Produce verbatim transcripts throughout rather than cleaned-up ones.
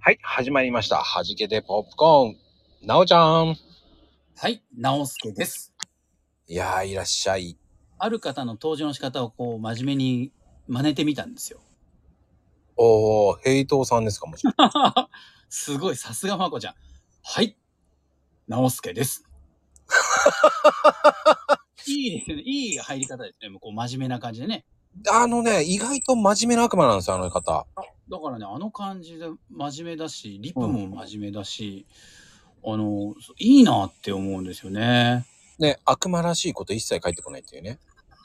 はい、始まりました。はじけてポップコーン。なおちゃん。 はい、直輔です。 いやー、いらっしゃい。 ある方の登場の仕方をこう真面目に真似てみたんですよ。 おー、ヘイトーさんですか、もし。 すごい、さすがまこちゃん。はい、直輔です。いいですね。いい入り方ですね。もうこう真面目な感じでね。 あのね、意外と真面目な悪魔なんですよ、あの方。 だからね、あの感じで真面目だし、リプうん。 も真面目だし、あの、いいなって思うんですよね。 ね、悪魔らしいこと一切返ってこないっていうね。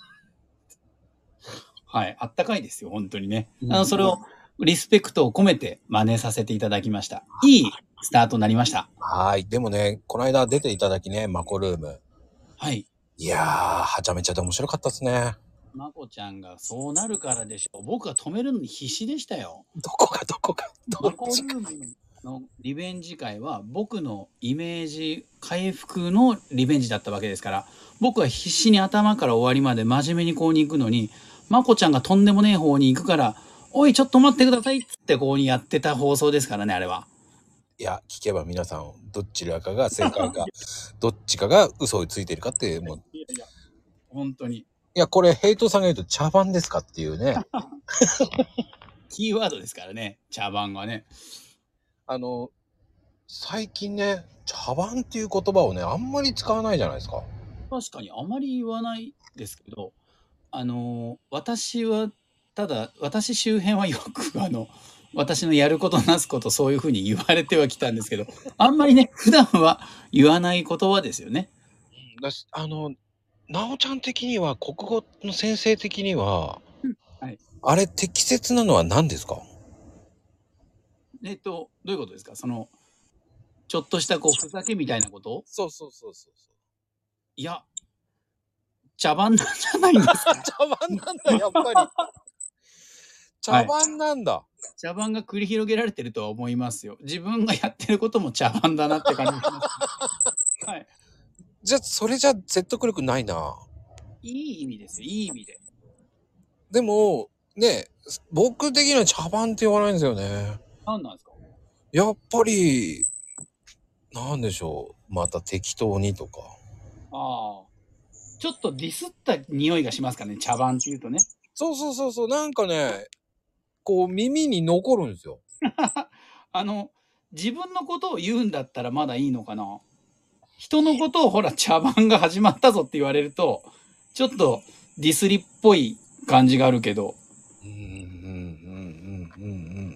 はい、あったかいですよ、本当にね。 うん、 あの、それをリスペクトを込めて真似させていただきました。いいスタートになりました。 はーい。でもね、この間出ていただきね、マコルーム。 はい。 いやー、はちゃめちゃで面白かったですね。 まこちゃんがそうなるからでしょう。僕は止めるのに必死でしたよ。 どこかどこか、どマっちか。 コルームのリベンジ会は僕のイメージ回復のリベンジだったわけですから、僕は必死に頭から終わりまで真面目にこうに行くのに、まこちゃんがとんでもねえ方に行くから、おい、ちょっと待ってくださいっつってこうにやってた放送ですからね、あれは。 いや、聞けば皆さん、どっちらかが正解か、どっちかが嘘をついてるかって、もう。 いやいや、本当に。 いや、これ、ヘイトさんが言うと茶番ですかっていうね。 キーワードですからね、茶番はね。 あの、最近ね、茶番っていう言葉をね、あんまり使わないじゃないですか。 確かにあまり言わないですけど、あの、私は、ただ、私周辺はよく、あの、私のやることなすことそういうふうに言われてはきたんですけど、あんまりね、普段は言わない言葉ですよね。 だし、あの、なおちゃん的には、国語の先生的には、 うん。はい。 あれ適切なのは何ですか？ えっと、どういうことですか？その、ちょっとしたこう、ふざけみたいなこと？ そうそうそうそうそいや、茶番なんじゃないんですか？ う。茶番なんだ、やっぱり。茶はい。 番なんだ。 茶番が繰り広げられてるとは思いますよ。自分がやってることも茶番だなって感じがします。はい。 じゃ、それじゃ説得力ないな。 いい意味ですよ、いい意味で。 でも、ね、僕的には茶番って言わないんですよね。 何なんですか？ やっぱり、なんでしょう。また適当にとか。 ああ。ちょっとディスった匂いがしますかね、茶番っていうとね。 そうそうそうそう、なんかね、こう耳に残るんですよ。 あの、自分のことを言うんだったらまだいいのかな。人のことをほら茶番が始まったぞって言われると、ちょっとディスりっぽい感じがあるけど。 うんうんうんうんうんうん。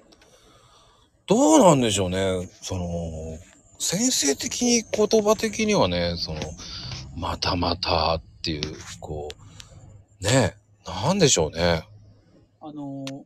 どうなんでしょうね。その、先生的に言葉的にはね、その、またまたっていう、こう、ね、なんでしょうね。 あの、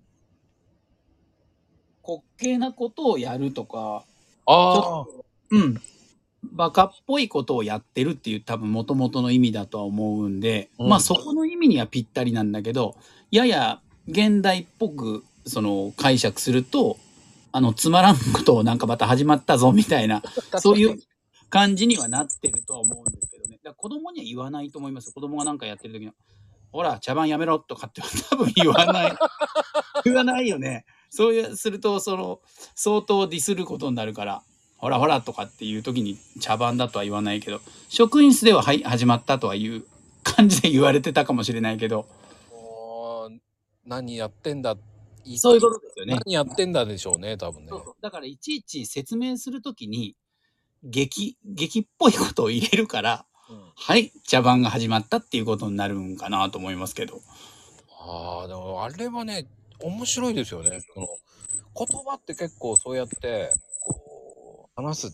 滑稽なことをやるとか、ちょっと、 ああ、 うん、バカっぽいことをやってるっていう多分元々の意味だとは思うんで、まあうん。 そこの意味にはぴったりなんだけど、やや現代っぽくその解釈すると、あのつまらんことをなんかまた始まったぞみたいな、 確かに。 そういう感じにはなってるとは思うんですけどね。だから子供には言わないと思います。子供がなんかやってる時の、ほら、茶番やめろとかって多分言わない。言わないよね。そういうすると、その、相当ディスることになるから、ほらほらとかっていう時に茶番だとは言わないけど、職員室でははい始まったとはいう感じで言われてたかもしれないけど、 もう、何やってんだ。言いたい。 そういうことですよね。 何やってんだでしょうね、多分ね。 そうそう。だからいちいち説明するときに、劇、劇っぽいことを入れるから、 うん。 はい、茶番が始まったっていうことになるんかなと思いますけど。 ああ、でもあれはね、面白いですよね。その言葉って結構そうやって、こう、話すって、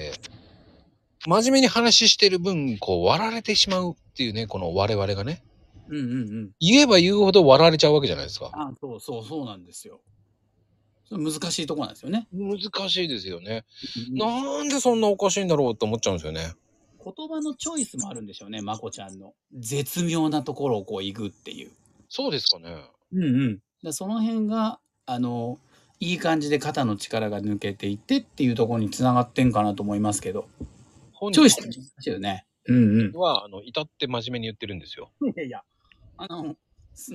真面目に話してる分、こう、割られてしまうっていうね、この我々がね。 うんうんうん。 言えば言うほど割られちゃうわけじゃないですか。 あ、そうそうそうなんですよ。それ難しいとこなんですよね。 難しいですよね。 うんうん。 なんでそんなおかしいんだろうって思っちゃうんですよね。 言葉のチョイスもあるんでしょうね、まこちゃんの。絶妙なところをこう行くっていう。 そうですかね。 うんうん。だその辺が、あの、いい感じで肩の力が抜けていってっていうところに繋がってんかなと思いますけど。 本人チョイスって難しいよね。うんうん。 は、あの、至って真面目に言ってるんですよ。 いやいや、あの、うん。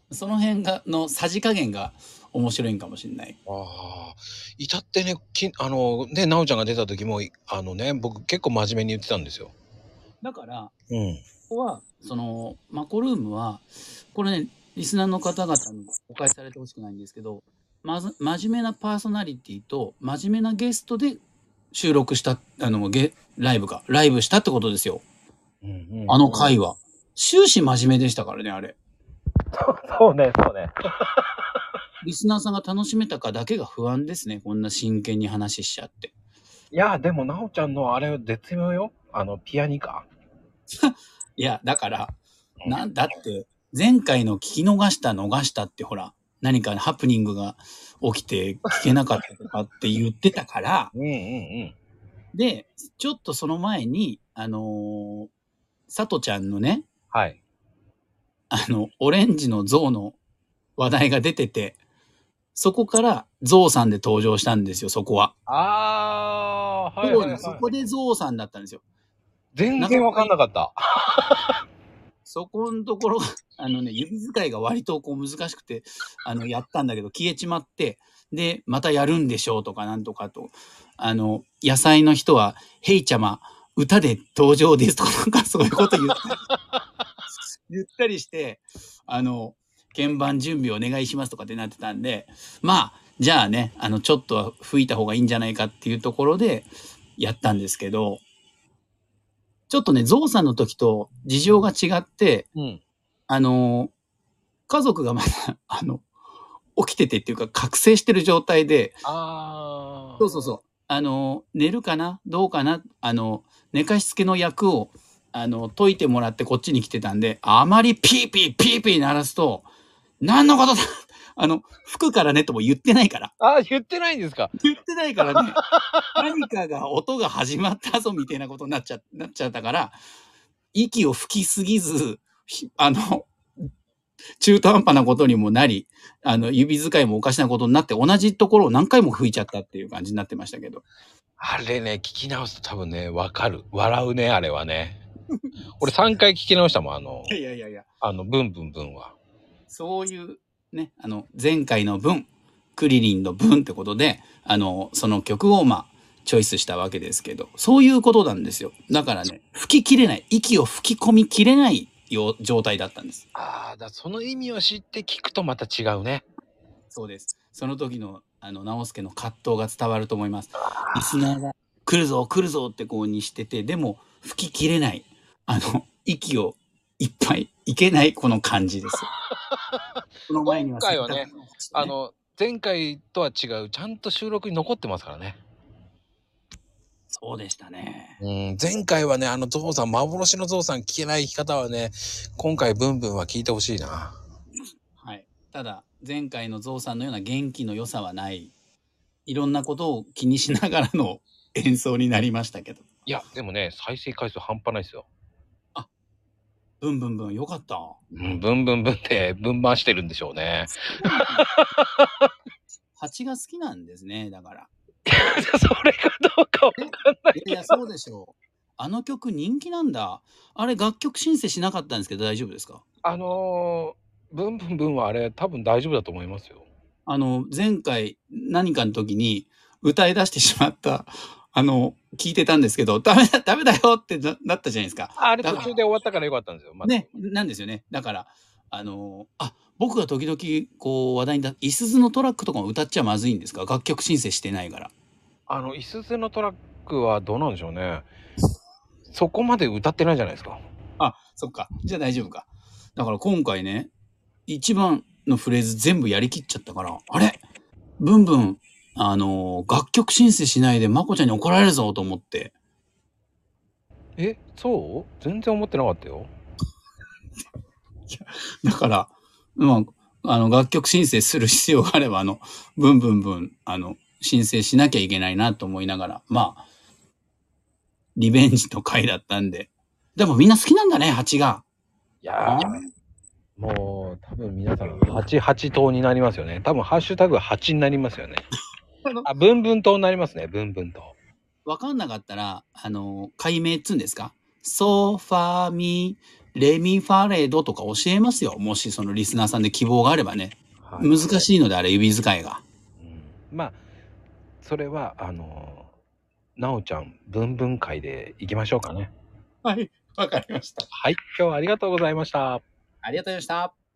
その辺が、のさじ加減が面白いんかもしれない。 ああ、至ってね、きあの、ね、なおちゃんが出た時も、あのね、僕結構真面目に言ってたんですよ。 だから、 うん。 ここは、その、マコルームは、これね、リスナーの方々に誤解されてほしくないんですけど、まず、真面目なパーソナリティと、真面目なゲストで収録した、あの、ゲ、ライブか、ライブしたってことですよ。 うんうん、 あの回は。終始真面目でしたからね、あれ。 そうね、そうね。 リスナーさんが楽しめたかだけが不安ですね。こんな真剣に話しちゃって。 いや、でも、なおちゃんのあれ絶妙よ。あの、ピアニカ。 いや、だから、なんだって、前回の聞き逃した逃したってほら、何かハプニングが起きて聞けなかったとかって言ってたから、 うんうんうん。 で、ちょっとその前に、あのー、さとちゃんのね、 はい。 あの、オレンジの象の話題が出てて、そこから象さんで登場したんですよ、そこは。 ああ、はいそうね、 はいはい。 そこで象さんだったんですよ。 全然わかんなかった。 そこのところ、あのね、指使いが割とこう難しくて、あの、やったんだけど消えちまって、で、またやるんでしょうとかなんとかと、あの、野菜の人は、ヘイちゃま、歌で登場ですとかなんかそういうこと言ったり、言ったりして、あの、鍵盤準備お願いしますとかってなってたんで、まあ、じゃあね、あの、ちょっとは吹いた方がいいんじゃないかっていうところでやったんですけど、ちょっとね、ゾウさんの時と事情が違って、 うん。 あの、家族がまだ、あの、起きててっていうか、覚醒してる状態で、 ああ。 そうそうそう、あの、寝るかなどうかなあの、寝かしつけの役を、あの、解いてもらってこっちに来てたんで、あまりピーピーピーピー鳴らすと、何のことだあの、吹くからねとも言ってないから。 ああ、言ってないんですか。 言ってないからね、何かが、音が始まったぞみたいなことになっちゃ、なっちゃったから、息を吹きすぎず、あの、中途半端なことにもなり、あの、指使いもおかしなことになって、同じところを何回も吹いちゃったっていう感じになってましたけど。 あれね、聞き直すと多分ね、わかる。笑うね、あれはね。俺さんかい聞き直したもん、あの、 いやいやいや。 あの、ブンブンブンは。 そういうね、あの、前回の分、クリリンの分ってことで、あの、その曲をまあ、チョイスしたわけですけど、そういうことなんですよ。だからね、吹ききれない、息を吹き込みきれないよ状態だったんです。 ああ、だその意味を知って聞くとまた違うね。 そうです。その時の、あの、直輔の葛藤が伝わると思います。リスナーが来るぞ、来るぞってこうにしてて、でも吹ききれない、あの、息をいっぱいいけないこの感じです。この前には今回はね、あの、前回とは違う、ちゃんと収録に残ってますからね。 そうでしたね。 うん、前回はね、あのゾウさん、幻のゾウさん聞けない生き方はね、今回ブンブンは聞いてほしいな。 はい。ただ、前回のゾウさんのような元気の良さはない。いろんなことを気にしながらの演奏になりましたけど。 いや、でもね、再生回数半端ないですよ。 あ、ブンブンブン、よかった。 うん、ブンブンブンってブン回してるんでしょうね。 蜂が好きなんですね、だから。 それがどうかわかんないけど。 いや、そうでしょう。あの曲人気なんだ。あれ、楽曲申請しなかったんですけど大丈夫ですか？ あのー、ブンブンブンはあれ多分大丈夫だと思いますよ。 あの、前回何かの時に歌い出してしまった、あの、聞いてたんですけど、ダメだ、ダメだよってななったじゃないですか。 あれ途中で終わったからよかったんですよ。ま、 ね、なんですよね。だから、あの、あ、僕が時々こう話題にないすゞのトラックとかも歌っちゃまずいんですか？楽曲申請してないから。 あの、いすゞのトラックはどうなんでしょうね。そこまで歌ってないじゃないですか。 あ、そっか。じゃあ大丈夫か。だから今回ね、一番のフレーズ全部やりきっちゃったから、あれブンブン、あの、楽曲申請しないでまこちゃんに怒られるぞと思って。 え、そう？全然思ってなかったよ。 だから、まあ、あの、楽曲申請する必要があれば、あの、ブンブンブン、あの、申請しなきゃいけないなと思いながら、まあ、リベンジの回だったんで。でもみんな好きなんだね、蜂が。 いやー、もう多分皆さん、はち、はち党になりますよね。多分ハッシュタグははちになりますよね。あ、ブンブン党になりますね、ブンブン党。 わかんなかったら、あの、解明っつうんですか？ソファミレミファレードとか教えますよ。もしそのリスナーさんで希望があればね。 はい、 難しいのであれ、指使いが。 うん、まあそれはあのなおちゃんブンブン会で行きましょうかね。 はい、わかりました。 はい、今日はありがとうございました。 ありがとうございました。